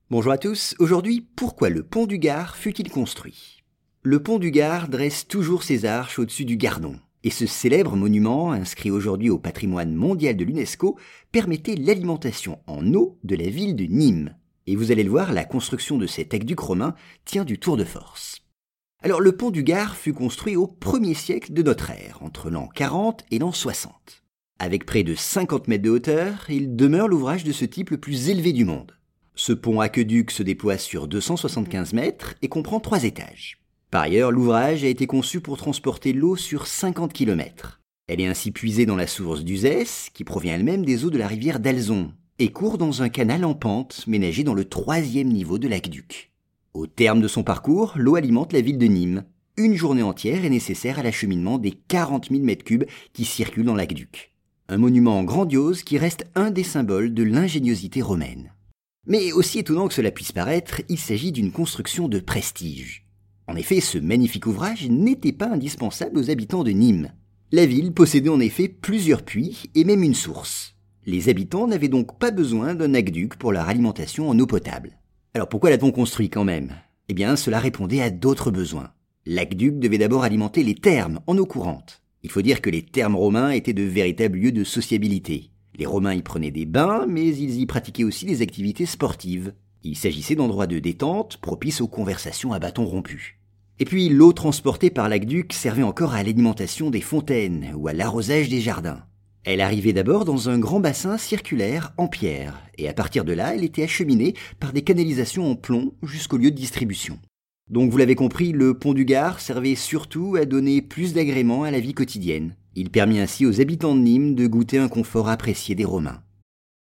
Bonjour à tous, aujourd'hui, pourquoi le pont du Gard fut-il construit? Le pont du Gard dresse toujours ses arches au-dessus du Gardon, et ce célèbre monument, inscrit aujourd'hui au patrimoine mondial de l'UNESCO, permettait l'alimentation en eau de la ville de Nîmes. Et vous allez le voir, la construction de cet aqueduc romain tient du tour de force. Alors le pont du Gard fut construit au 1er siècle de notre ère, entre l'an 40 et l'an 60. Avec près de 50 mètres de hauteur, il demeure l'ouvrage de ce type le plus élevé du monde. Ce pont aqueduc se déploie sur 275 mètres et comprend 3 étages. Par ailleurs, l'ouvrage a été conçu pour transporter l'eau sur 50 km. Elle est ainsi puisée dans la source d'Uzès, qui provient elle-même des eaux de la rivière d'Alzon, et court dans un canal en pente ménagé dans le 3e niveau de l'aqueduc. Au terme de son parcours, l'eau alimente la ville de Nîmes. Une journée entière est nécessaire à l'acheminement des 40 000 m3 qui circulent dans l'aqueduc. Un monument grandiose qui reste un des symboles de l'ingéniosité romaine. Mais aussi étonnant que cela puisse paraître, il s'agit d'une construction de prestige. En effet, ce magnifique ouvrage n'était pas indispensable aux habitants de Nîmes. La ville possédait en effet plusieurs puits et même une source. Les habitants n'avaient donc pas besoin d'un aqueduc pour leur alimentation en eau potable. Alors pourquoi l'a-t-on construit quand même? Eh bien, cela répondait à d'autres besoins. L'aqueduc devait d'abord alimenter les thermes en eau courante. Il faut dire que les thermes romains étaient de véritables lieux de sociabilité. Les Romains y prenaient des bains, mais ils y pratiquaient aussi des activités sportives. Il s'agissait d'endroits de détente propices aux conversations à bâtons rompus. Et puis l'eau transportée par l'aqueduc servait encore à l'alimentation des fontaines ou à l'arrosage des jardins. Elle arrivait d'abord dans un grand bassin circulaire en pierre, et à partir de là, elle était acheminée par des canalisations en plomb jusqu'au lieu de distribution. Donc vous l'avez compris, le pont du Gard servait surtout à donner plus d'agrément à la vie quotidienne. Il permit ainsi aux habitants de Nîmes de goûter un confort apprécié des Romains.